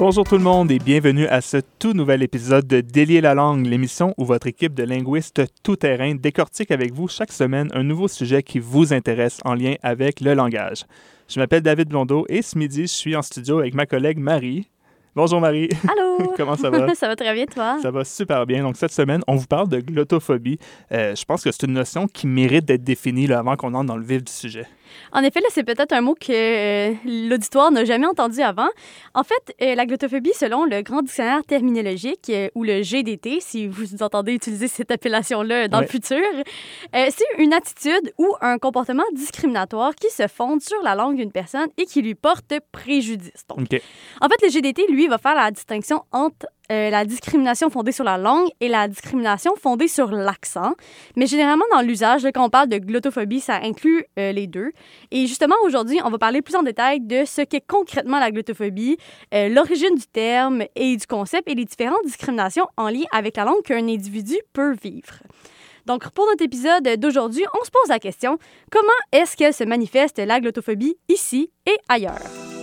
Bonjour tout le monde et bienvenue à ce tout nouvel épisode de Délier la langue, l'émission où votre équipe de linguistes tout-terrain décortique avec vous chaque semaine un nouveau sujet qui vous intéresse en lien avec le langage. Je m'appelle David Blondeau et ce midi, je suis en studio avec ma collègue Marie. Bonjour Marie. Allô. Comment ça va? Ça va très bien, toi? Ça va super bien. Donc cette semaine, on vous parle de glottophobie. Je pense que c'est une notion qui mérite d'être définie là, avant qu'on entre dans le vif du sujet. En effet, là, c'est peut-être un mot que l'auditoire n'a jamais entendu avant. En fait, la glottophobie, selon le Grand Dictionnaire terminologique, ou le GDT, si vous entendez utiliser cette appellation-là dans le futur, c'est une attitude ou un comportement discriminatoire qui se fonde sur la langue d'une personne et qui lui porte préjudice. Donc, en fait, le GDT, lui, va faire la distinction entre la discrimination fondée sur la langue et la discrimination fondée sur l'accent. Mais généralement, dans l'usage, quand on parle de glottophobie, ça inclut les deux. Et justement, aujourd'hui, on va parler plus en détail de ce qu'est concrètement la glottophobie, l'origine du terme et du concept et les différentes discriminations en lien avec la langue qu'un individu peut vivre. Donc, pour notre épisode d'aujourd'hui, on se pose la question, comment est-ce qu'elle se manifeste la glottophobie ici et ailleurs?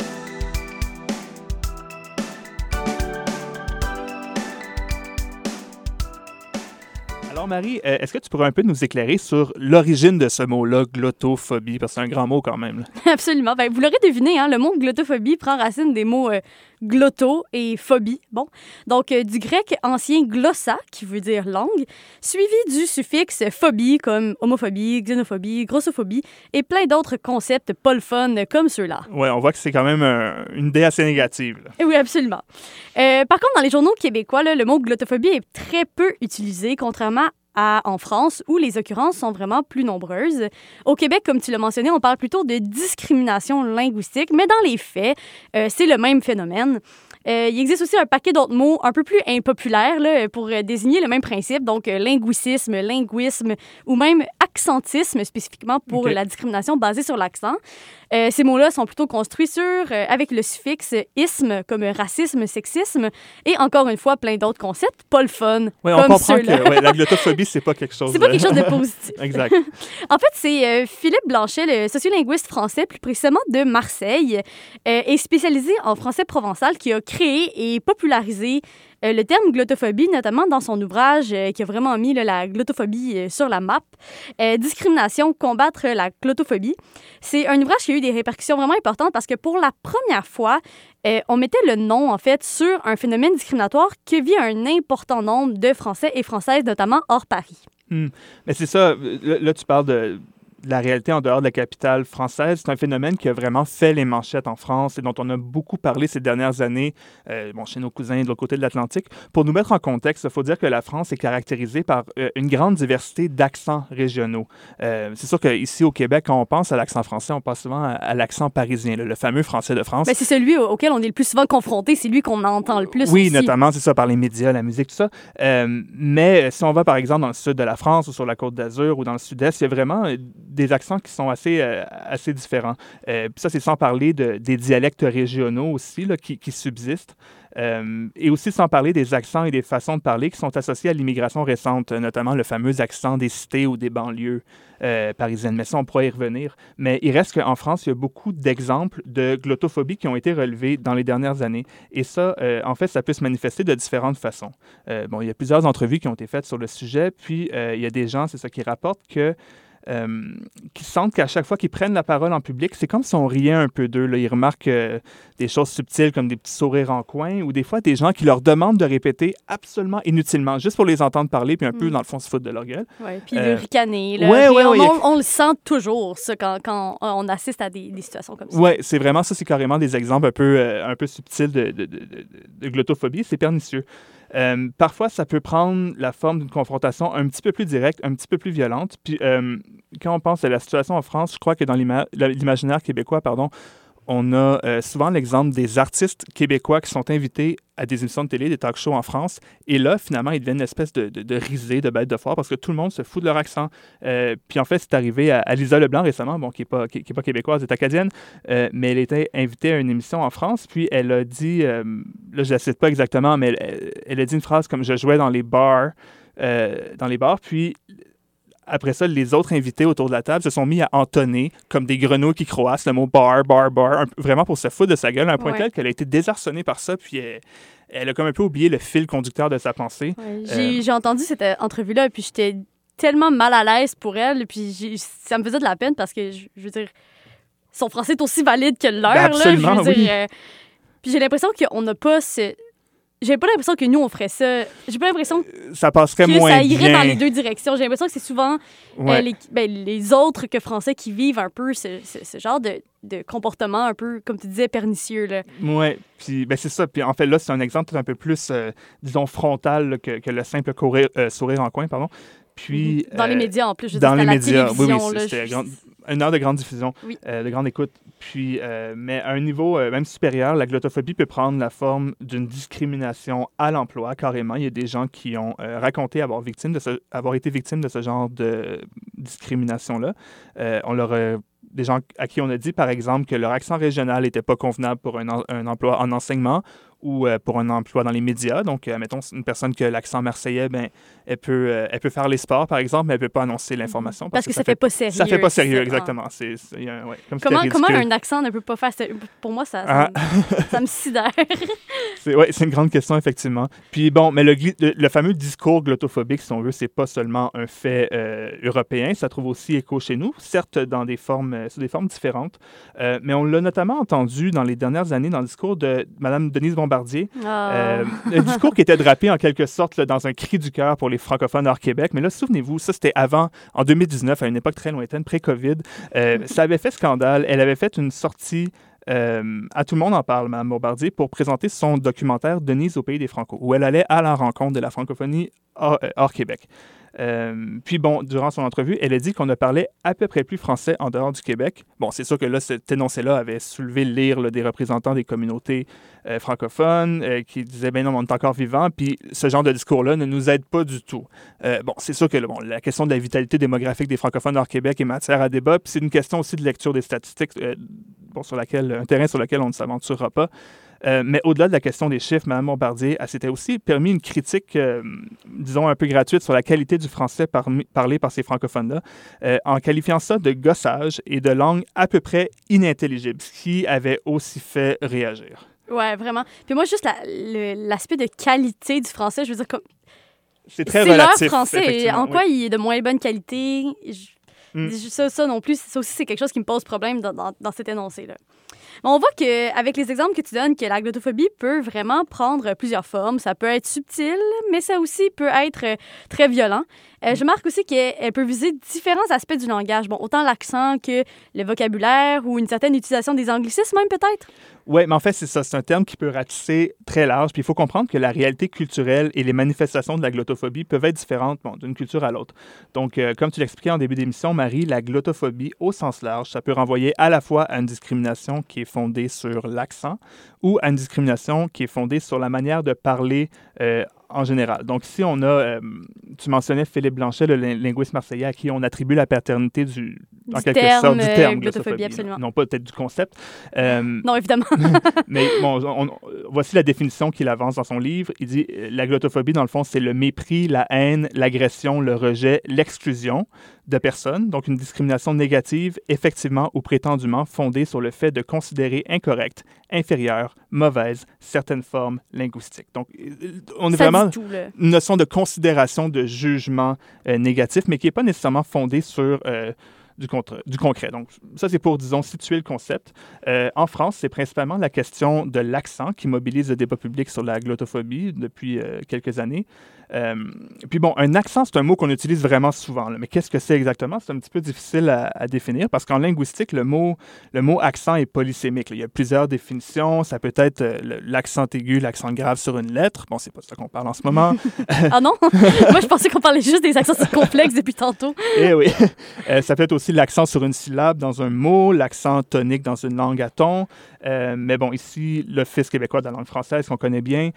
Alors Marie, est-ce que tu pourrais un peu nous éclairer sur l'origine de ce mot-là, glottophobie, parce que c'est un grand mot quand même. Là. Absolument. Ben, vous l'aurez deviné, hein, le mot glottophobie prend racine des mots glotto et phobie. Bon, donc du grec ancien glossa, qui veut dire langue, suivi du suffixe phobie, comme homophobie, xénophobie, grossophobie, et plein d'autres concepts pas le fun comme ceux-là. Oui, on voit que c'est quand même une idée assez négative. Là. Oui, absolument. Par contre, dans les journaux québécois, là, le mot glottophobie est très peu utilisé, contrairement en France, où les occurrences sont vraiment plus nombreuses. Au Québec, comme tu l'as mentionné, on parle plutôt de discrimination linguistique, mais dans les faits, c'est le même phénomène. Il existe aussi un paquet d'autres mots un peu plus impopulaires là, pour désigner le même principe, donc linguicisme, linguisme ou même accentisme, spécifiquement pour la discrimination basée sur l'accent. Ces mots-là sont plutôt construits avec le suffixe isme, comme racisme, sexisme, et encore une fois, plein d'autres concepts, pas le fun, oui, comme on comprend ceux-là. que la glottophobie, c'est pas quelque chose... C'est pas quelque chose de positif. Exact. En fait, c'est Philippe Blanchet, le sociolinguiste français, plus précisément de Marseille, est spécialisé en français provençal, qui a créé et popularisé le terme glottophobie, notamment dans son ouvrage qui a vraiment mis la glottophobie sur la map. Discrimination, combattre la glottophobie. C'est un ouvrage qui a eu des répercussions vraiment importantes parce que pour la première fois, on mettait le nom, en fait, sur un phénomène discriminatoire que vit un important nombre de Français et Françaises, notamment hors Paris. Mais c'est ça, là tu parles de la réalité en dehors de la capitale française. C'est un phénomène qui a vraiment fait les manchettes en France et dont on a beaucoup parlé ces dernières années chez nos cousins de l'autre côté de l'Atlantique. Pour nous mettre en contexte, il faut dire que la France est caractérisée par une grande diversité d'accents régionaux. C'est sûr qu'ici au Québec, quand on pense à l'accent français, on pense souvent à l'accent parisien, le fameux français de France. Ben, c'est celui auquel on est le plus souvent confronté, c'est lui qu'on entend le plus Oui, aussi. Notamment, c'est ça, par les médias, la musique, tout ça. Mais si on va, par exemple, dans le sud de la France ou sur la Côte d'Azur ou dans le sud-est, il y a vraiment des accents qui sont assez différents. Ça, c'est sans parler des dialectes régionaux aussi là, qui subsistent. Et aussi sans parler des accents et des façons de parler qui sont associés à l'immigration récente, notamment le fameux accent des cités ou des banlieues parisiennes. Mais ça, on pourrait y revenir. Mais il reste qu'en France, il y a beaucoup d'exemples de glottophobie qui ont été relevés dans les dernières années. Et ça, en fait, ça peut se manifester de différentes façons. Il y a plusieurs entrevues qui ont été faites sur le sujet, puis il y a des gens, c'est ça, qui rapportent qui sentent qu'à chaque fois qu'ils prennent la parole en public, c'est comme si on riait un peu d'eux. Là. Ils remarquent des choses subtiles comme des petits sourires en coin ou des fois des gens qui leur demandent de répéter absolument inutilement, juste pour les entendre parler puis un peu, dans le fond, se foutre de leur gueule. Oui, puis le ricaner. On le sent toujours, ça, quand on assiste à des situations comme ça. Oui, c'est vraiment ça. C'est carrément des exemples un peu subtils de glottophobie. C'est pernicieux. Parfois, ça peut prendre la forme d'une confrontation un petit peu plus directe, un petit peu plus violente. Puis, quand on pense à la situation en France, je crois que dans l'imaginaire québécois, on a souvent l'exemple des artistes québécois qui sont invités à des émissions de télé, des talk shows en France. Et là, finalement, ils deviennent une espèce de risée, de bête de foire, parce que tout le monde se fout de leur accent. Puis en fait, c'est arrivé à Lisa Leblanc récemment, qui n'est pas québécoise, elle est acadienne, mais elle était invitée à une émission en France, puis elle a dit, là, je ne la cite pas exactement, mais elle a dit une phrase comme « je jouais dans les bars », puis après ça, les autres invités autour de la table se sont mis à entonner comme des grenouilles qui croassent le mot bar, bar, bar, vraiment pour se foutre de sa gueule, à un point tel qu'elle a été désarçonnée par ça, puis elle a comme un peu oublié le fil conducteur de sa pensée. Ouais, j'ai entendu cette entrevue-là, puis j'étais tellement mal à l'aise pour elle, puis ça me faisait de la peine parce que, je veux dire, son français est aussi valide que le leur. Absolument, là, je veux dire, puis j'ai l'impression qu'on n'a pas ce... J'ai pas l'impression que nous, on ferait ça. J'ai pas l'impression ça passerait que moins ça irait bien dans les deux directions. J'ai l'impression que c'est souvent les autres que Français qui vivent un peu ce genre de comportement un peu, comme tu disais, pernicieux. Oui, puis c'est ça. Puis en fait, là, c'est un exemple un peu plus, disons, frontal là, que le simple sourire en coin, pardon. Puis, dans les médias, en plus. Je veux dans dire, les médias, oui, là, c'était une heure de grande diffusion, de grande écoute. Puis, mais à un niveau même supérieur, la glottophobie peut prendre la forme d'une discrimination à l'emploi, carrément. Il y a des gens qui ont raconté avoir été victimes de ce genre de discrimination-là. Des gens à qui on a dit, par exemple, que leur accent régional n'était pas convenable pour un emploi en enseignement ou pour un emploi dans les médias. Donc, mettons, une personne qui a l'accent marseillais, elle peut faire les sports, par exemple, mais elle ne peut pas annoncer l'information. Parce que ça ne fait pas sérieux. Ça ne fait pas sérieux, exactement. Comment un accent ne peut pas faire sérieux? Pour moi, ça me sidère. C'est une grande question, effectivement. Puis bon, mais le fameux discours glottophobique, si on veut, c'est pas seulement un fait européen, ça trouve aussi écho chez nous, certes sous des formes différentes, mais on l'a notamment entendu dans les dernières années dans le discours de Mme Denise Bombardier, un discours qui était drapé en quelque sorte là, dans un cri du cœur pour les francophones hors Québec. Mais là, souvenez-vous, ça c'était en 2019, à une époque très lointaine, pré-COVID. Ça avait fait scandale. Elle avait fait une sortie à Tout le monde en parle, Mme Bombardier, pour présenter son documentaire Denise au pays des Franco, où elle allait à la rencontre de la francophonie hors Québec. Puis bon, durant son entrevue, elle a dit qu'on ne parlait à peu près plus français en dehors du Québec. Bon, c'est sûr que là, cet énoncé-là avait soulevé l'ire des représentants des communautés francophones qui disaient, ben non, on est encore vivant, puis ce genre de discours-là ne nous aide pas du tout. Bon, c'est sûr que la question de la vitalité démographique des francophones hors Québec est matière à débat, puis c'est une question aussi de lecture des statistiques, un terrain sur lequel on ne s'aventurera pas. Mais au-delà de la question des chiffres, Mme Bombardier, elle s'était aussi permis une critique, disons, un peu gratuite sur la qualité du français parlé par ces francophones-là, en qualifiant ça de gossage et de langue à peu près inintelligible, ce qui avait aussi fait réagir. Ouais, vraiment. Puis moi, juste l'aspect de qualité du français, je veux dire, comme... C'est très relatif. C'est leur français. En quoi il est de moins bonne qualité? Ça non plus, ça aussi, c'est quelque chose qui me pose problème dans cet énoncé-là. On voit qu'avec les exemples que tu donnes, que la glottophobie peut vraiment prendre plusieurs formes. Ça peut être subtil, mais ça aussi peut être très violent. Je marque aussi qu'elle peut viser différents aspects du langage. Bon, autant l'accent que le vocabulaire ou une certaine utilisation des anglicismes même peut-être. Oui, mais en fait, c'est ça. C'est un terme qui peut ratisser très large. Puis il faut comprendre que la réalité culturelle et les manifestations de la glottophobie peuvent être différentes d'une culture à l'autre. Donc, comme tu l'expliquais en début d'émission, Marie, la glottophobie, au sens large, ça peut renvoyer à la fois à une discrimination qui est fondée sur l'accent ou à une discrimination qui est fondée sur la manière de parler en général. Donc, si on a, tu mentionnais Philippe Blanchet, le linguiste marseillais, à qui on attribue la paternité du terme glottophobie, absolument. Non pas peut-être du concept. Non, évidemment. Mais bon, voici la définition qu'il avance dans son livre. Il dit la glottophobie, dans le fond, c'est le mépris, la haine, l'agression, le rejet, l'exclusion de personnes, donc une discrimination négative, effectivement ou prétendument fondée sur le fait de considérer incorrecte, inférieure, mauvaise certaines formes linguistiques. Donc, on est vraiment une notion de considération, de jugement négatif, mais qui n'est pas nécessairement fondée sur du concret. Donc, ça, c'est pour, disons, situer le concept. En France, c'est principalement la question de l'accent qui mobilise le débat public sur la glottophobie depuis quelques années. Puis bon, un accent, c'est un mot qu'on utilise vraiment souvent. Là. Mais qu'est-ce que c'est exactement? C'est un petit peu difficile à définir parce qu'en linguistique, le mot accent est polysémique. Là. Il y a plusieurs définitions. Ça peut être l'accent aigu, l'accent grave sur une lettre. Bon, c'est pas ça qu'on parle en ce moment. Ah non? Moi, je pensais qu'on parlait juste des accents complexes depuis tantôt. Eh oui. Ça peut être aussi l'accent sur une syllabe dans un mot, l'accent tonique dans une langue à ton. Mais bon, ici, l'Office québécois de la langue française, qu'on connaît bien,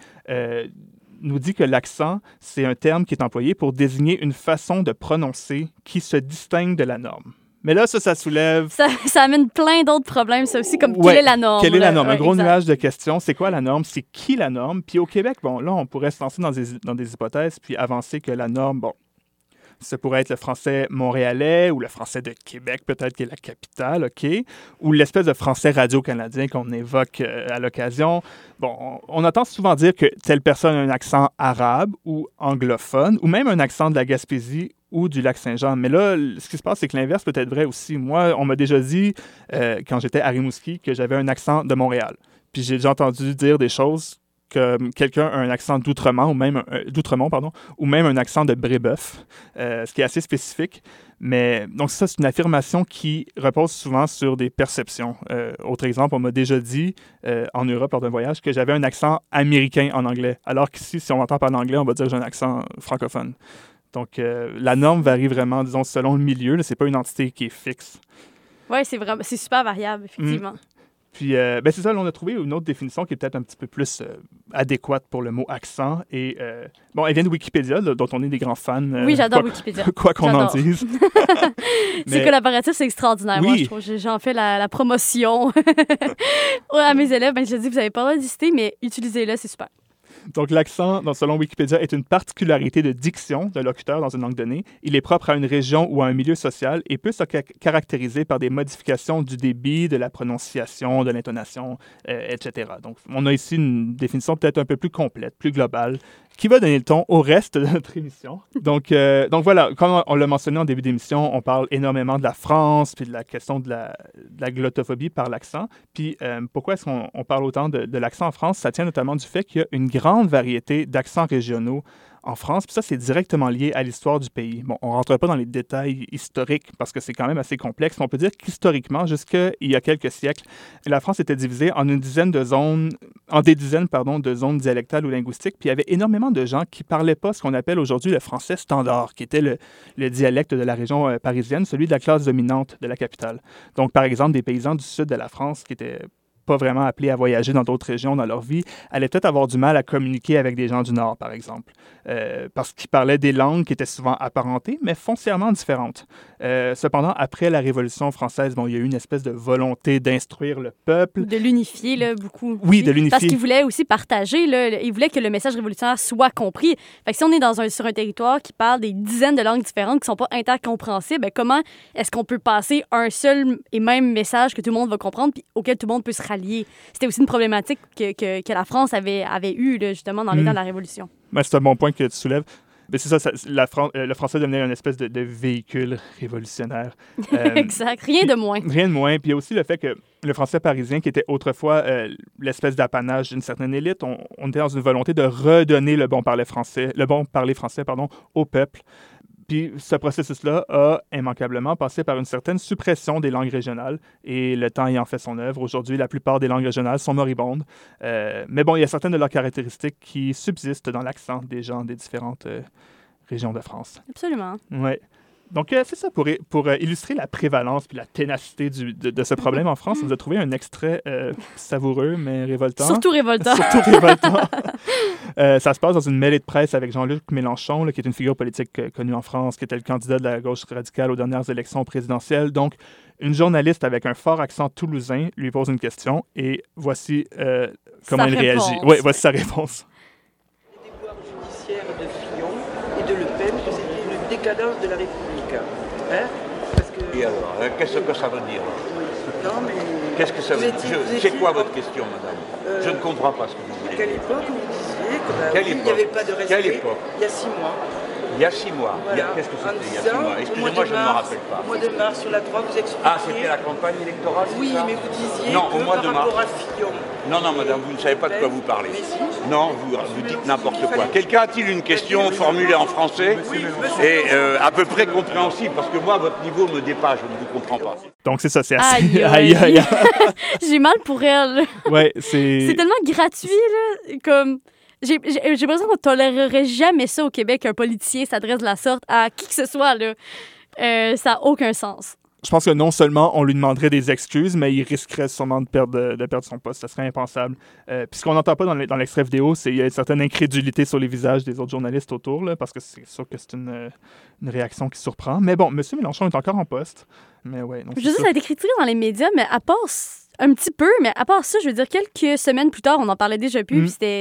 nous dit que l'accent, c'est un terme qui est employé pour désigner une façon de prononcer qui se distingue de la norme. Mais là, ça soulève... Ça amène plein d'autres problèmes, ça aussi, comme quelle est la norme? Quelle est la norme? Un gros exact. nuage de questions. C'est quoi la norme? C'est qui la norme? Puis au Québec, bon, là, on pourrait se lancer dans des hypothèses puis avancer que la norme, bon, Ça pourrait être le français montréalais ou le français de Québec, peut-être, qui est la capitale, OK? Ou l'espèce de français radio-canadien qu'on évoque à l'occasion. Bon, on entend souvent dire que telle personne a un accent arabe ou anglophone, ou même un accent de la Gaspésie ou du Lac-Saint-Jean. Mais là, ce qui se passe, c'est que l'inverse peut être vrai aussi. Moi, on m'a déjà dit, quand j'étais à Rimouski, que j'avais un accent de Montréal. Puis j'ai déjà entendu dire des choses que quelqu'un a un accent d'Outremont, ou même un accent de Brébeuf, ce qui est assez spécifique. Mais donc ça, c'est une affirmation qui repose souvent sur des perceptions. Autre exemple, on m'a déjà dit en Europe lors d'un voyage que j'avais un accent américain en anglais, alors qu'ici, si on m'entend parler anglais, on va dire que j'ai un accent francophone. Donc la norme varie vraiment, disons, selon le milieu. C'est pas une entité qui est fixe. Oui, c'est super variable, effectivement. Puis, c'est ça, là, on a trouvé une autre définition qui est peut-être un petit peu plus adéquate pour le mot accent. Et, elle vient de Wikipédia, là, dont on est des grands fans. Oui, j'adore Wikipédia. Quoi qu'on en dise. C'est collaboratif, c'est extraordinaire, oui. Moi, je trouve. J'en fais la promotion à mes élèves. Je dis, vous n'avez pas le droit d'hésiter, mais utilisez-le, c'est super. Donc, l'accent, selon Wikipédia, est une particularité de diction d'un locuteur dans une langue donnée. Il est propre à une région ou à un milieu social et peut se caractériser par des modifications du débit, de la prononciation, de l'intonation, etc. Donc, on a ici une définition peut-être un peu plus complète, plus globale, qui va donner le ton au reste de notre émission. Donc voilà, comme on l'a mentionné en début d'émission, on parle énormément de la France, puis de la question de la glottophobie par l'accent. Puis pourquoi est-ce qu'on parle autant de l'accent en France? Ça tient notamment du fait qu'il y a une grande variété d'accents régionaux en France, puis ça, c'est directement lié à l'histoire du pays. Bon, on ne rentre pas dans les détails historiques parce que c'est quand même assez complexe, mais on peut dire qu'historiquement, jusqu'il y a quelques siècles, la France était divisée en des dizaines de zones dialectales ou linguistiques, puis il y avait énormément de gens qui ne parlaient pas ce qu'on appelle aujourd'hui le français standard, qui était le dialecte de la région parisienne, celui de la classe dominante de la capitale. Donc, par exemple, des paysans du sud de la France qui étaient pas vraiment appelés à voyager dans d'autres régions dans leur vie, allaient peut-être avoir du mal à communiquer avec des gens du Nord, par exemple, parce qu'ils parlaient des langues qui étaient souvent apparentées, mais foncièrement différentes. Cependant, après la Révolution française, il y a eu une espèce de volonté d'instruire le peuple. De l'unifier, là, beaucoup. Oui, de l'unifier. Parce qu'ils voulaient aussi partager, là, ils voulaient que le message révolutionnaire soit compris. Fait que si on est sur un territoire qui parle des dizaines de langues différentes qui ne sont pas intercompréhensibles, comment est-ce qu'on peut passer un seul et même message que tout le monde va comprendre puis auquel tout le monde peut se rallier? C'était aussi une problématique que la France avait eue, là, justement, dans les temps de la Révolution. C'est un bon point que tu soulèves. Mais c'est ça, le français devenait une espèce de véhicule révolutionnaire. Exact, rien de moins. Rien de moins. Puis il y a aussi le fait que le français parisien, qui était autrefois l'espèce d'apanage d'une certaine élite, on était dans une volonté de redonner le bon parler français au peuple. Puis ce processus-là a immanquablement passé par une certaine suppression des langues régionales et le temps ayant fait son œuvre. Aujourd'hui, la plupart des langues régionales sont moribondes. Mais bon, il y a certaines de leurs caractéristiques qui subsistent dans l'accent des gens des différentes régions de France. Absolument. Oui. Donc, c'est ça, pour illustrer la prévalence puis la ténacité de ce problème en France, on vous a trouvé un extrait savoureux, mais révoltant. Surtout révoltant. Ça se passe dans une mêlée de presse avec Jean-Luc Mélenchon, là, qui est une figure politique connue en France, qui était le candidat de la gauche radicale aux dernières élections présidentielles. Donc, une journaliste avec un fort accent toulousain lui pose une question et voici comment il réagit. Oui, voici sa réponse. Les déboires judiciaires de Fillon et de Le Pen, que c'était une décadence de la République. Hein? Parce que... Et alors, qu'est-ce que ça veut dire? Oui. Non, mais... Qu'est-ce que ça veut dire? C'est quoi votre question, madame? Je ne comprends pas ce que vous voulez. À quelle époque vous disiez qu'il n'y avait pas de respect? Quelle époque? Il y a 6 mois. Il y a 6 mois. Voilà. Qu'est-ce que c'était il y a 6 mois? Excusez-moi, je ne me rappelle pas. Au mois de mars, sur la 3, vous expliquiez... Ah, c'était la campagne électorale? Oui, ça? mais vous disiez non, que au mois de par mars. rapport à Fillon... Non, madame, vous ne savez pas de quoi vous parlez. Mais si. Non, vous dites n'importe quoi. Quelqu'un a-t-il une question formulée en français et à peu près compréhensible? Parce que moi, votre niveau me dépasse, je ne vous comprends pas. Donc, c'est ça, c'est assez... Aïe. J'ai mal pour elle. Ouais, c'est tellement gratuit, là, comme... J'ai l'impression qu'on ne tolérerait jamais ça au Québec, qu'un politicien s'adresse de la sorte à qui que ce soit, là. Ça n'a aucun sens. Je pense que non seulement on lui demanderait des excuses, mais il risquerait sûrement de perdre son poste. Ça serait impensable. Puis ce qu'on n'entend pas dans l'extrait vidéo, c'est qu'il y a une certaine incrédulité sur les visages des autres journalistes autour, là, parce que c'est sûr que c'est une réaction qui surprend. Mais bon, M. Mélenchon est encore en poste. Mais ouais, non, je sais, ça a été critiqué dans les médias, mais à part un petit peu, mais à part ça, je veux dire, quelques semaines plus tard, on en parlait déjà plus, puis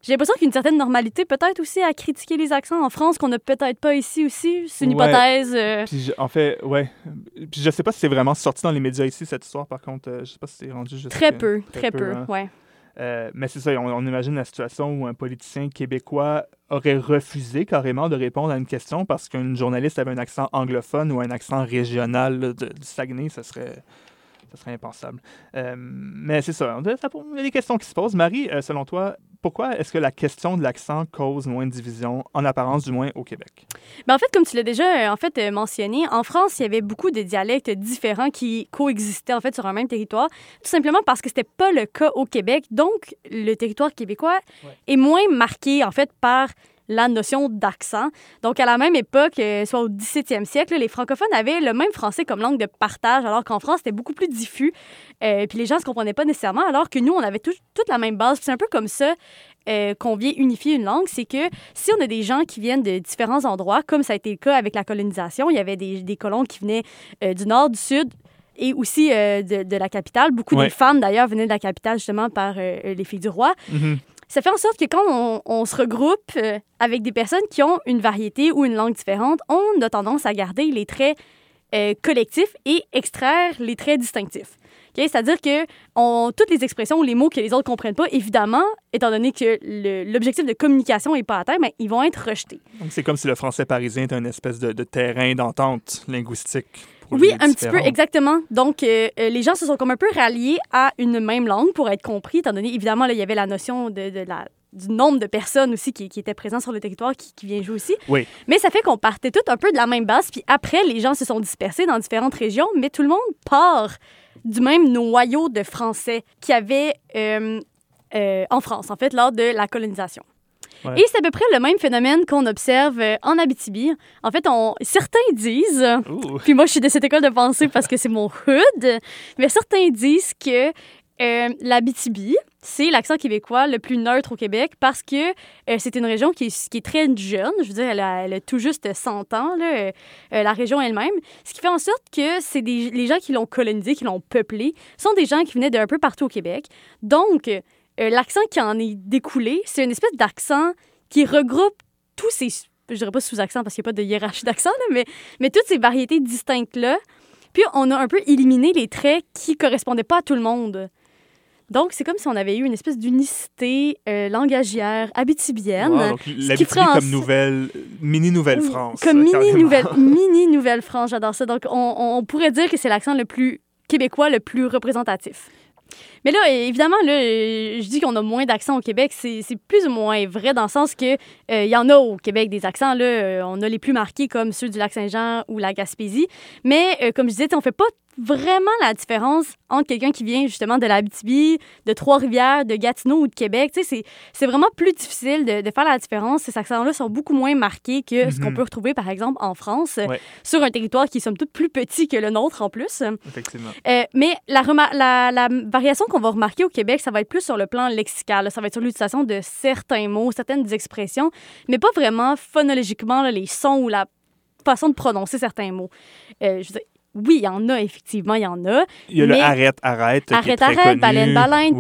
J'ai l'impression qu'il y a une certaine normalité peut-être aussi à critiquer les accents en France qu'on n'a peut-être pas ici aussi. C'est une Ouais. hypothèse. En fait, ouais. Puis je sais pas si c'est vraiment sorti dans les médias ici, cette histoire, par contre. Je sais pas si c'est rendu jusqu'à... Très peu, hein. ouais. Mais c'est ça, on imagine la situation où un politicien québécois aurait refusé carrément de répondre à une question parce qu'une journaliste avait un accent anglophone ou un accent régional là, du Saguenay, ça serait impensable. Mais c'est ça, il y a des questions qui se posent. Marie, selon toi, pourquoi est-ce que la question de l'accent cause moins de division, en apparence du moins au Québec? Ben, en fait, comme tu l'as déjà mentionné, en France, il y avait beaucoup de dialectes différents qui coexistaient en fait sur un même territoire, tout simplement parce que c'était pas le cas au Québec. Donc, le territoire québécois est moins marqué en fait par la notion d'accent. Donc, à la même époque, soit au 17e siècle, les francophones avaient le même français comme langue de partage, alors qu'en France, c'était beaucoup plus diffus. Puis les gens ne se comprenaient pas nécessairement, alors que nous, on avait toute la même base. Puis c'est un peu comme ça qu'on vient unifier une langue. C'est que si on a des gens qui viennent de différents endroits, comme ça a été le cas avec la colonisation, il y avait des colons qui venaient du nord, du sud, et aussi de la capitale. Beaucoup des femmes, d'ailleurs, venaient de la capitale, justement, par les filles du roi. Mm-hmm. Ça fait en sorte que quand on se regroupe avec des personnes qui ont une variété ou une langue différente, on a tendance à garder les traits collectifs et extraire les traits distinctifs. Okay? C'est-à-dire que toutes les expressions ou les mots que les autres ne comprennent pas, évidemment, étant donné que l'objectif de communication n'est pas atteint, mais ils vont être rejetés. Donc, c'est comme si le français parisien était une espèce de terrain d'entente linguistique. Oui, un petit peu, exactement. Donc, les gens se sont comme un peu ralliés à une même langue pour être compris, étant donné, évidemment, là, il y avait la notion du nombre de personnes aussi qui étaient présentes sur le territoire qui vient jouer aussi. Oui. Mais ça fait qu'on partait tous un peu de la même base, puis après, les gens se sont dispersés dans différentes régions, mais tout le monde part du même noyau de Français qu'il y avait en France, en fait, lors de la colonisation. Ouais. Et c'est à peu près le même phénomène qu'on observe en Abitibi. En fait, certains disent, puis moi je suis de cette école de pensée parce que c'est mon hood, mais certains disent que l'Abitibi, c'est l'accent québécois le plus neutre au Québec parce que c'est une région qui est très jeune. Je veux dire, elle a tout juste 100 ans, là, la région elle-même. Ce qui fait en sorte que les gens qui l'ont colonisée, qui l'ont peuplée, sont des gens qui venaient d'un peu partout au Québec. Donc, l'accent qui en est découlé, c'est une espèce d'accent qui regroupe tous ces... Je dirais pas sous-accents parce qu'il n'y a pas de hiérarchie d'accent, là, mais toutes ces variétés distinctes-là. Puis, on a un peu éliminé les traits qui ne correspondaient pas à tout le monde. Donc, c'est comme si on avait eu une espèce d'unicité langagière abitibienne. Wow, donc l'Abitibi comme mini-Nouvelle-France. Comme mini-Nouvelle-France, j'adore ça. Donc, on pourrait dire que c'est l'accent le plus québécois, le plus représentatif. Mais là, évidemment, là, je dis qu'on a moins d'accents au Québec. C'est plus ou moins vrai dans le sens que y en a au Québec des accents. Là, on a les plus marqués comme ceux du Lac-Saint-Jean ou la Gaspésie. Mais comme je disais, on fait pas vraiment la différence entre quelqu'un qui vient justement de l'Abitibi, de Trois-Rivières, de Gatineau ou de Québec. Tu sais, c'est vraiment plus difficile de faire la différence. Ces accents-là sont beaucoup moins marqués que ce qu'on peut retrouver, par exemple, en France, sur un territoire qui est somme toute plus petit que le nôtre en plus. Effectivement. Mais la variation qu'on va remarquer au Québec, ça va être plus sur le plan lexical. Là. Ça va être sur l'utilisation de certains mots, certaines expressions, mais pas vraiment phonologiquement, là, les sons ou la façon de prononcer certains mots. Je veux dire, oui, il y en a, effectivement, il y en a. Il y a le arrête, baleine,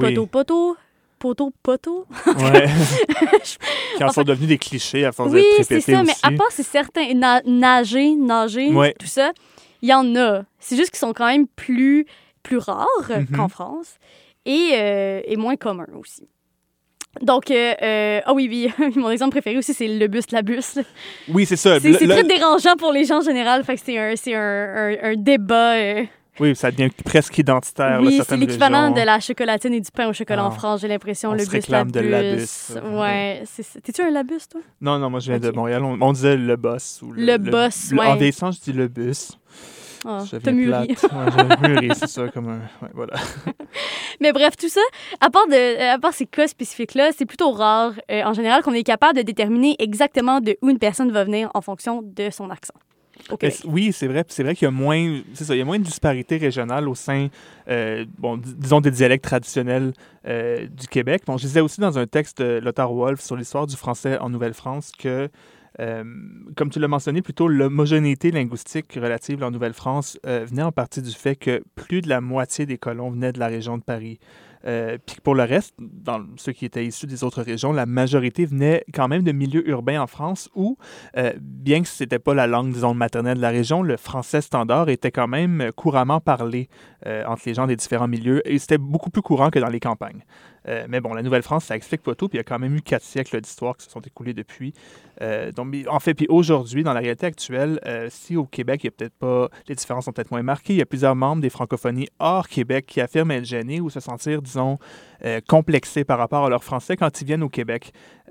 poteau. Ouais. Qui en sont devenus des clichés à force d'être répétés aussi. Oui, c'est ça, mais à part c'est certain, nager, tout ça, il y en a. C'est juste qu'ils sont quand même plus rares qu'en France et moins communs aussi. Donc, oui, mon exemple préféré aussi, c'est le bus, la bus. Oui, c'est ça. C'est très dérangeant pour les gens en général. Fait que c'est un débat. Oui, ça devient presque identitaire. Oui, là, c'est l'équivalent de la chocolatine et du pain au chocolat en France, j'ai l'impression. Le bus, la bus. De labus. Ouais. T'es-tu un labus, toi? Non, moi, je viens de Montréal. On disait le boss. Ou le boss, ouais. En vieillissant, je dis le bus. Oh, t'as mûri. J'ai mûri, c'est ça, comme un... Ouais, voilà. Mais bref, tout ça, à part ces cas spécifiques-là, c'est plutôt rare, en général, qu'on est capable de déterminer exactement de où une personne va venir en fonction de son accent. Oui, c'est vrai. C'est vrai qu'il y a moins... C'est ça, il y a moins de disparité régionale au sein, disons, des dialectes traditionnels du Québec. Bon, je disais aussi dans un texte de Lothar Wolff sur l'histoire du français en Nouvelle-France que comme tu l'as mentionné plus tôt, l'homogénéité linguistique relative en Nouvelle-France venait en partie du fait que plus de la moitié des colons venaient de la région de Paris. Puis pour le reste, dans ceux qui étaient issus des autres régions, la majorité venait quand même de milieux urbains en France où, bien que ce n'était pas la langue, disons, maternelle de la région, le français standard était quand même couramment parlé entre les gens des différents milieux et c'était beaucoup plus courant que dans les campagnes. Mais bon, la Nouvelle-France, ça explique pas tout, puis il y a quand même eu 4 siècles d'histoire qui se sont écoulés depuis. Donc, en fait, puis aujourd'hui, dans la réalité actuelle, si au Québec, il y a peut-être pas, les différences sont peut-être moins marquées, il y a plusieurs membres des francophonies hors Québec qui affirment être gênés ou se sentir, disons, complexés par rapport à leur français quand ils viennent au Québec.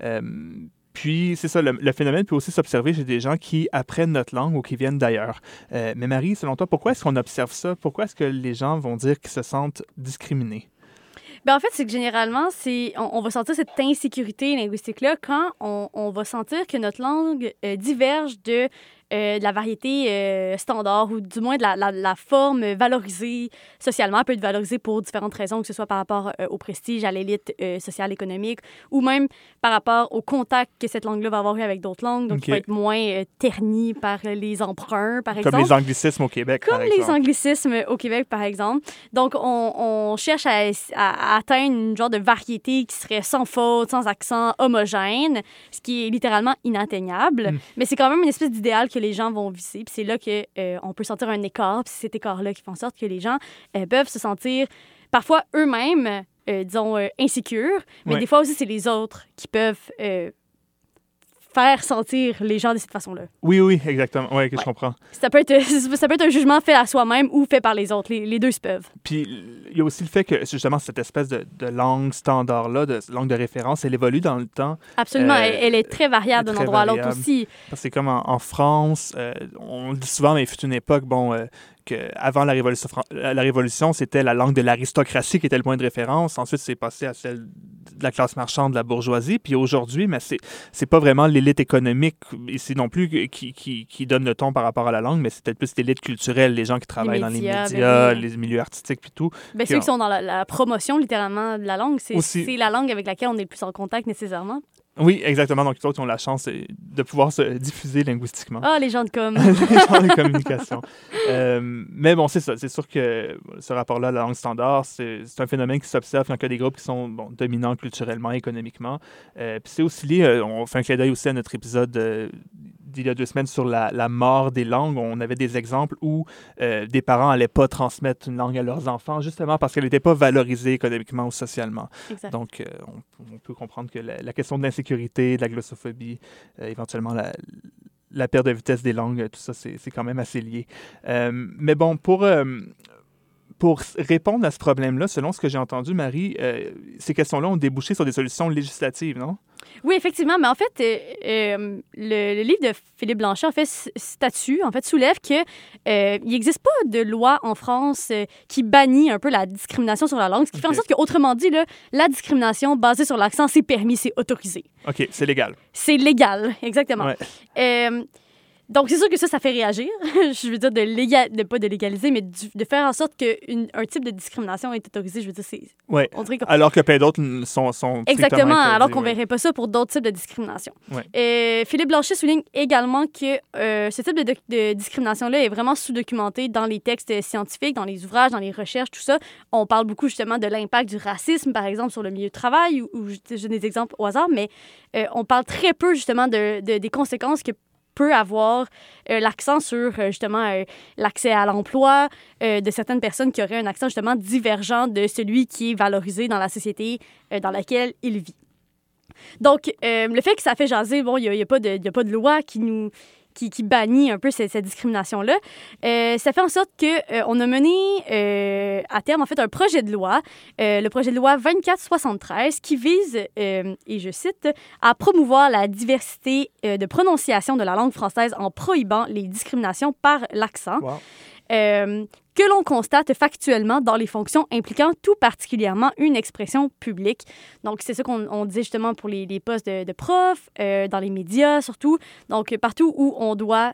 Puis, c'est ça, le phénomène peut aussi s'observer chez des gens qui apprennent notre langue ou qui viennent d'ailleurs. Mais Marie, selon toi, pourquoi est-ce qu'on observe ça? Pourquoi est-ce que les gens vont dire qu'ils se sentent discriminés? Ben en fait, c'est que généralement, on va sentir cette insécurité linguistique-là quand on va sentir que notre langue diverge de la variété standard ou du moins de la forme valorisée socialement. Elle peut être valorisée pour différentes raisons, que ce soit par rapport au prestige, à l'élite sociale, économique, ou même par rapport au contact que cette langue-là va avoir eu avec d'autres langues. Donc, il va être moins terni par les emprunts, par exemple. Comme les anglicismes au Québec, par exemple. Comme les anglicismes au Québec, par exemple. Donc, on cherche à atteindre une genre de variété qui serait sans faute, sans accent, homogène, ce qui est littéralement inatteignable. Mais c'est quand même une espèce d'idéal que les gens vont viser. Puis c'est là qu'on peut sentir un écart. Puis c'est cet écart-là qui fait en sorte que les gens peuvent se sentir parfois eux-mêmes, disons, insécures. Mais des fois aussi, c'est les autres qui peuvent faire sentir les gens de cette façon-là. Oui, exactement. Oui, je comprends. Ça peut être un jugement fait à soi-même ou fait par les autres. Les deux se peuvent. Puis, il y a aussi le fait que, justement, cette espèce de langue standard-là, de langue de référence, elle évolue dans le temps. Absolument. Elle est très variable d'un endroit à l'autre aussi. Parce que c'est comme en France, on le dit souvent, mais il fut une époque, qu'avant la Révolution, c'était la langue de l'aristocratie qui était le point de référence. Ensuite, c'est passé à celle de la classe marchande, de la bourgeoisie. Puis aujourd'hui, mais c'est pas vraiment l'élite économique ici non plus qui donne le ton par rapport à la langue, mais c'est peut-être plus l'élite culturelle, les gens qui travaillent dans les médias, les milieux artistiques puis tout. Ceux qui sont dans la promotion, littéralement, de la langue, c'est la langue avec laquelle on est le plus en contact nécessairement. Oui, exactement. Donc, les autres ont la chance de pouvoir se diffuser linguistiquement. Ah, les gens de com. Les gens de communication. Mais bon, c'est ça. C'est sûr que ce rapport-là, la langue standard, c'est un phénomène qui s'observe quand il y a des groupes qui sont dominants culturellement, économiquement. Puis c'est aussi lié, on fait un clin d'œil aussi à notre épisode d'il y a 2 semaines sur la mort des langues. On avait des exemples où des parents n'allaient pas transmettre une langue à leurs enfants, justement parce qu'elle n'était pas valorisée économiquement ou socialement. Exact. Donc, on peut comprendre que la question de l'insécurité, de la glossophobie, éventuellement la perte de vitesse des langues, tout ça, c'est quand même assez lié. Mais bon, pour répondre à ce problème-là, selon ce que j'ai entendu, Marie, ces questions-là ont débouché sur des solutions législatives, non? Oui, effectivement. Mais en fait, le livre de Philippe Blanchet, en fait, soulève que il n'existe pas de loi en France qui bannit un peu la discrimination sur la langue, ce qui fait en sorte que, autrement dit, là, la discrimination basée sur l'accent, c'est permis, c'est autorisé. OK, c'est légal. C'est légal, exactement. Ouais. Donc, c'est sûr que ça fait réagir. Je veux dire, pas de légaliser, mais de faire en sorte qu'un type de discrimination est autorisé. Je veux dire, c'est... Oui, alors que plein d'autres sont exactement, alors qu'on ne verrait pas ça pour d'autres types de discrimination. Ouais. Philippe Blanchet souligne également que ce type de discrimination-là est vraiment sous-documenté dans les textes scientifiques, dans les ouvrages, dans les recherches, tout ça. On parle beaucoup, justement, de l'impact du racisme, par exemple, sur le milieu de travail, ou j'ai des exemples au hasard, mais on parle très peu, justement, des conséquences que peut avoir l'accent sur, justement, l'accès à l'emploi de certaines personnes qui auraient un accent, justement, divergent de celui qui est valorisé dans la société dans laquelle il vit. Donc, le fait que ça fait jaser, bon, il n'y a pas de loi qui bannit un peu cette discrimination-là. Ça fait en sorte qu'on a mené à terme, en fait, un projet de loi, le projet de loi 2473, qui vise, et je cite, à promouvoir la diversité de prononciation de la langue française en prohibant les discriminations par l'accent. Wow. Que l'on constate factuellement dans les fonctions impliquant tout particulièrement une expression publique. Donc, c'est ça qu'on disait justement pour les postes de profs, dans les médias surtout. Donc, partout où on doit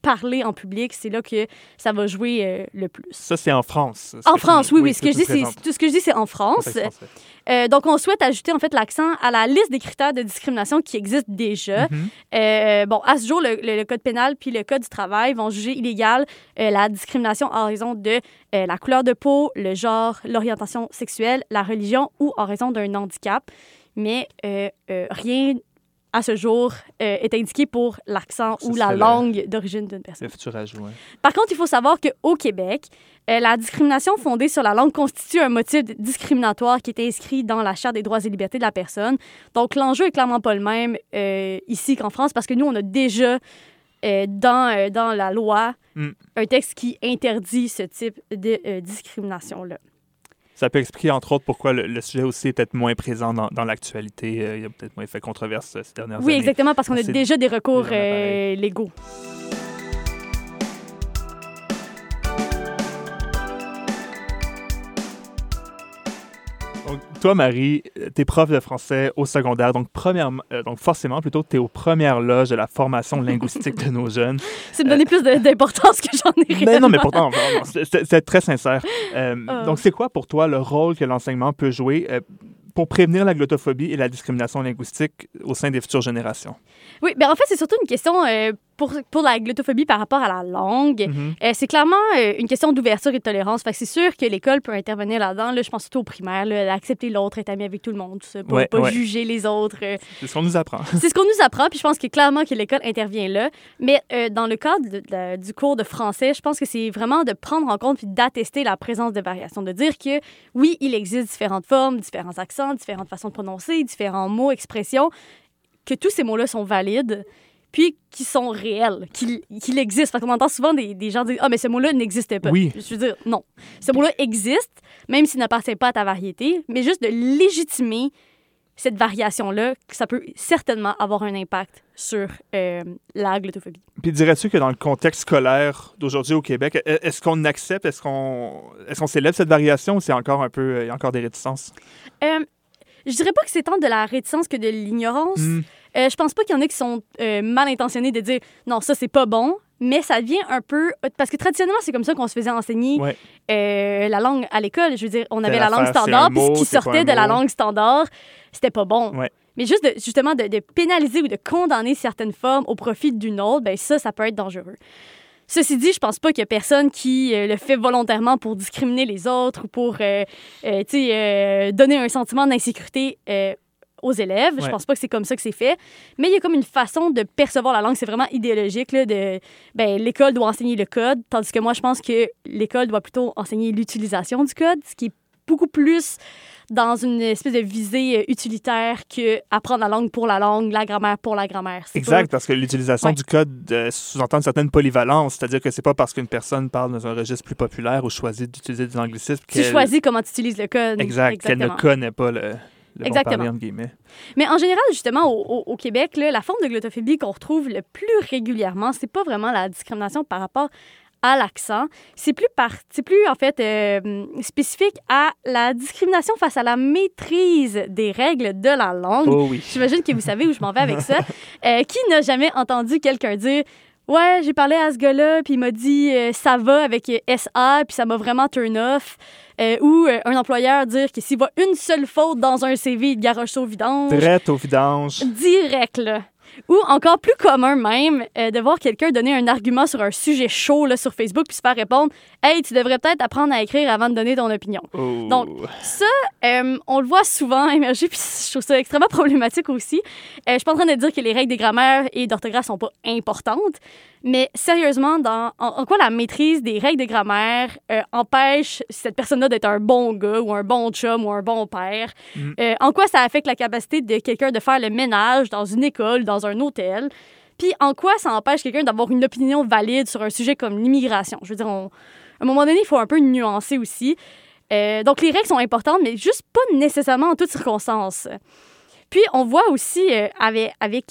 parler en public, c'est là que ça va jouer le plus. Ça, c'est en France. En France, oui. Ce que je dis, c'est en France. Donc, on souhaite ajouter, en fait, l'accent à la liste des critères de discrimination qui existent déjà. À ce jour, le Code pénal puis le Code du travail vont juger illégale la discrimination en raison de la couleur de peau, le genre, l'orientation sexuelle, la religion ou en raison d'un handicap. Mais rien à ce jour, est indiqué pour l'accent ou la langue d'origine d'une personne. Le futur ajout, oui. Par contre, il faut savoir qu'au Québec, la discrimination fondée sur la langue constitue un motif discriminatoire qui est inscrit dans la Charte des droits et libertés de la personne. Donc, l'enjeu est clairement pas le même ici qu'en France parce que nous, on a déjà dans la loi un texte qui interdit ce type de discrimination-là. Ça peut expliquer, entre autres, pourquoi le sujet aussi est peut-être moins présent dans l'actualité. Il y a peut-être moins fait controverse ces dernières années. Oui, exactement, parce qu'on a déjà des recours légaux. Donc, toi, Marie, t'es prof de français au secondaire, donc forcément, plutôt, t'es aux premières loges de la formation linguistique de nos jeunes. C'est me donner plus d'importance que j'en ai réellement. Mais non, mais pourtant, c'est très sincère. Donc, c'est quoi pour toi le rôle que l'enseignement peut jouer pour prévenir la glottophobie et la discrimination linguistique au sein des futures générations? Oui, bien en fait, c'est surtout une question pour la glottophobie par rapport à la langue. C'est clairement une question d'ouverture et de tolérance. Fait que c'est sûr que l'école peut intervenir là-dedans. Là, je pense surtout au primaire, accepter l'autre, être ami avec tout le monde, tout ça, pas juger les autres. C'est ce qu'on nous apprend. C'est ce qu'on nous apprend, puis je pense que clairement que l'école intervient là. Mais dans le cadre du cours de français, je pense que c'est vraiment de prendre en compte puis d'attester la présence de variations. De dire que, oui, il existe différentes formes, différents accents, différentes façons de prononcer, différents mots, expressions, que tous ces mots-là sont valides, puis qui sont réels, qu'il existe. Parce qu'on entend souvent des gens dire « Ah, mais ce mot-là n'existe pas. » Oui. Je veux dire, non. Ce mot-là existe, même s'il n'appartient pas à ta variété, mais juste de légitimer cette variation-là, ça peut certainement avoir un impact sur la glottophobie. Puis dirais-tu que dans le contexte scolaire d'aujourd'hui au Québec, est-ce qu'on accepte, est-ce qu'on célèbre cette variation ou c'est encore il y a encore des réticences? Je dirais pas que c'est tant de la réticence que de l'ignorance. Je pense pas qu'il y en a qui sont mal intentionnés de dire « Non, ça, c'est pas bon », mais ça devient un peu... Parce que traditionnellement, c'est comme ça qu'on se faisait enseigner la langue à l'école. Je veux dire, on avait la langue standard, puis ce qui sortait de la langue standard, c'était pas bon. Ouais. Mais juste justement de pénaliser ou de condamner certaines formes au profit d'une autre, ben ça peut être dangereux. Ceci dit, je pense pas qu'il y a personne qui le fait volontairement pour discriminer les autres ou pour donner un sentiment d'insécurité aux élèves. Je pense pas que c'est comme ça que c'est fait. Mais il y a comme une façon de percevoir la langue. C'est vraiment idéologique. Là, l'école doit enseigner le code, tandis que moi, je pense que l'école doit plutôt enseigner l'utilisation du code, ce qui est beaucoup plus dans une espèce de visée utilitaire que apprendre la langue pour la langue, la grammaire pour la grammaire. Exact, parce que l'utilisation du code sous-entend une certaine polyvalence, c'est-à-dire que c'est pas parce qu'une personne parle dans un registre plus populaire ou choisit d'utiliser des anglicismes tu choisis comment tu utilises le code. Exact, qu'elle ne connaît pas le bon parler, entre guillemets. Mais en général, justement, au Québec, là, la forme de glottophobie qu'on retrouve le plus régulièrement, c'est pas vraiment la discrimination par rapport à l'accent. C'est plus en fait spécifique à la discrimination face à la maîtrise des règles de la langue. Oh oui. J'imagine que vous savez où je m'en vais avec ça. Qui n'a jamais entendu quelqu'un dire « Ouais, j'ai parlé à ce gars-là, puis il m'a dit ça va avec SA, puis ça m'a vraiment turn off. » Ou un employeur dire que s'il voit une seule faute dans un CV, il garoche ça au vidange. Direct au vidange. Direct, là. Ou encore plus commun même, de voir quelqu'un donner un argument sur un sujet chaud là, sur Facebook puis se faire répondre « Hey, tu devrais peut-être apprendre à écrire avant de donner ton opinion. Oh. » Donc, ça, on le voit souvent émerger puis je trouve ça extrêmement problématique aussi. Je suis pas en train de dire que les règles de grammaire et d'orthographe sont pas importantes, mais sérieusement, en quoi la maîtrise des règles de grammaire empêche cette personne-là d'être un bon gars ou un bon chum ou un bon père? En quoi ça affecte la capacité de quelqu'un de faire le ménage dans une école, dans un hôtel? Puis en quoi ça empêche quelqu'un d'avoir une opinion valide sur un sujet comme l'immigration? Je veux dire, à un moment donné, il faut un peu nuancer aussi. Donc les règles sont importantes, mais juste pas nécessairement en toutes circonstances. Puis on voit aussi avec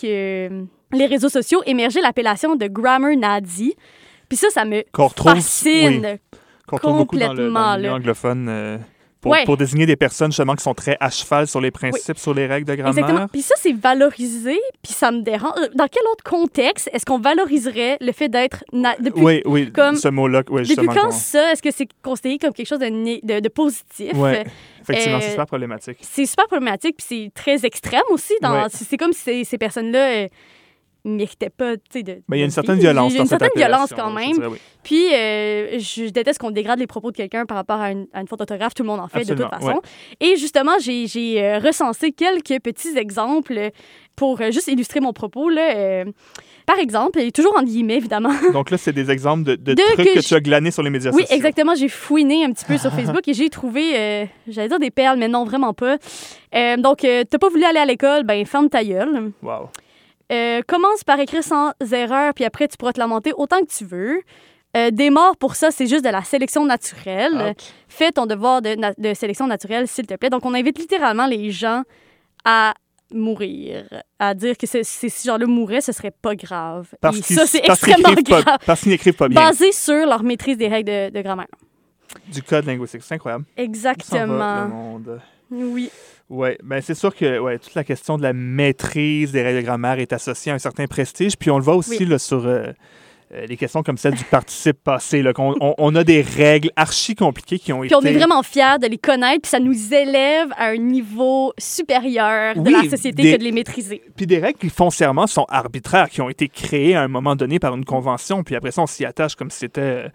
les réseaux sociaux émerger l'appellation de grammar Nazi. Puis ça me fascine. Qu'on retrouve beaucoup dans le milieu anglophone. pour désigner des personnes justement qui sont très à cheval sur les principes, sur les règles de grammaire. Exactement. Puis ça, c'est valorisé, puis ça me dérange. Dans quel autre contexte est-ce qu'on valoriserait le fait d'être... Oui, ce mot-là, oui, justement. Depuis quand ça, est-ce que c'est considéré comme quelque chose de positif? Oui, effectivement, c'est super problématique. C'est super problématique, puis c'est très extrême aussi. C'est comme si ces personnes-là... méritaient pas, tu sais, de... Il y a une certaine violence dans cette appellation. Il y a une certaine violence quand même. Dirais, oui. Puis, je déteste qu'on dégrade les propos de quelqu'un par rapport à une faute d'orthographe. Tout le monde en fait, Absolument, de toute façon. ouais. Et justement, j'ai recensé quelques petits exemples pour juste illustrer mon propos. Là, par exemple, et toujours en guillemets, évidemment. Donc là, c'est des exemples de trucs que tu as glanés sur les médias sociaux. Oui, exactement. J'ai fouiné un petit peu sur Facebook et j'ai trouvé, j'allais dire des perles, mais non, vraiment pas. Donc, t'as pas voulu aller à l'école, ben ferme ta gueule. Wow. Commence par écrire sans erreur, puis après, tu pourras te lamenter autant que tu veux. Des morts, pour ça, c'est juste de la sélection naturelle. Ouch. Fais ton devoir de sélection naturelle, s'il te plaît. Donc, on invite littéralement les gens à mourir, à dire que si ces gens-là mouraient, ce serait pas grave. Parce Et qu'ils ça, c'est extrêmement grave. Parce qu'ils n'écrivent pas bien. Basé sur leur maîtrise des règles de grammaire. Du code linguistique, c'est incroyable. Exactement. Où s'en va, le monde? Oui. Oui, bien c'est sûr que toute la question de la maîtrise des règles de grammaire est associée à un certain prestige. Puis on le voit aussi là, sur les questions comme celle du participe passé. Là, on a des règles archi compliquées qui ont été... Puis on est vraiment fiers de les connaître, puis ça nous élève à un niveau supérieur de la société que de les maîtriser. Puis des règles qui foncièrement sont arbitraires, qui ont été créées à un moment donné par une convention, puis après ça, on s'y attache comme si c'était...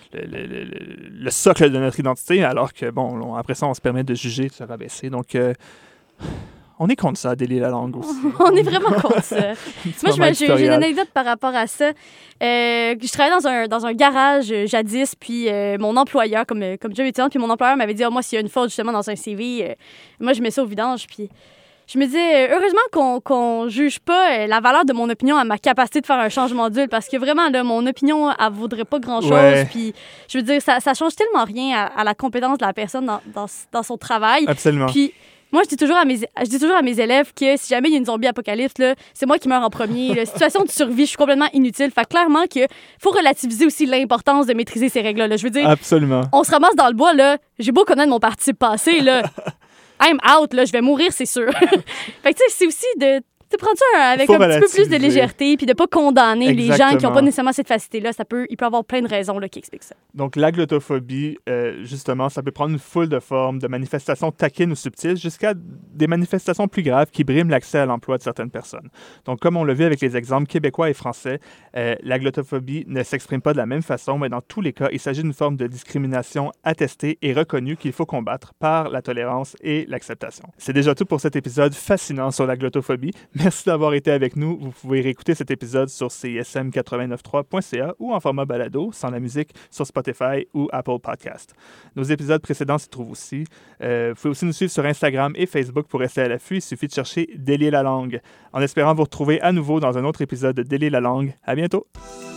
Le socle de notre identité, alors que, bon, après ça, on se permet de juger, de se rabaisser. Donc, on est contre ça, délier la langue aussi. On est vraiment contre ça. Moi, j'ai une anecdote par rapport à ça. Je travaillais dans un garage jadis, puis mon employeur, comme job étudiante, puis mon employeur m'avait dit, moi, s'il y a une faute justement dans un CV, moi, je mets ça au vidange, puis... Je me disais, heureusement qu'on juge pas la valeur de mon opinion à ma capacité de faire un changement d'huile, parce que vraiment, là, mon opinion, elle vaudrait pas grand-chose. Ouais. Puis, je veux dire, ça change tellement rien à la compétence de la personne dans son travail. Absolument. Puis, moi, je dis toujours à mes élèves que si jamais il y a une zombie apocalypse, là, c'est moi qui meurs en premier. La situation de survie, je suis complètement inutile. Fait clairement qu'il faut relativiser aussi l'importance de maîtriser ces règles-là. Je veux dire, absolument. On se ramasse dans le bois, là. J'ai beau connaître mon participe passé, là. I'm out, là, je vais mourir, c'est sûr. Fait que, tu sais, c'est aussi de prendre ça avec un petit peu plus de légèreté puis de pas condamner les gens qui n'ont pas nécessairement cette facilité-là. Il peut y avoir plein de raisons là, qui expliquent ça. Donc, la glottophobie, justement, ça peut prendre une foule de formes, de manifestations taquines ou subtiles jusqu'à des manifestations plus graves qui briment l'accès à l'emploi de certaines personnes. Donc, comme on l'a vu avec les exemples québécois et français, la glottophobie ne s'exprime pas de la même façon, mais dans tous les cas, il s'agit d'une forme de discrimination attestée et reconnue qu'il faut combattre par la tolérance et l'acceptation. C'est déjà tout pour cet épisode fascinant sur la glottophobie. Merci d'avoir été avec nous. Vous pouvez réécouter cet épisode sur csm893.ca ou en format balado, sans la musique, sur Spotify ou Apple Podcast. Nos épisodes précédents s'y trouvent aussi. Vous pouvez aussi nous suivre sur Instagram et Facebook pour rester à l'affût. Il suffit de chercher Délier la langue. En espérant vous retrouver à nouveau dans un autre épisode de Délier la langue. À bientôt!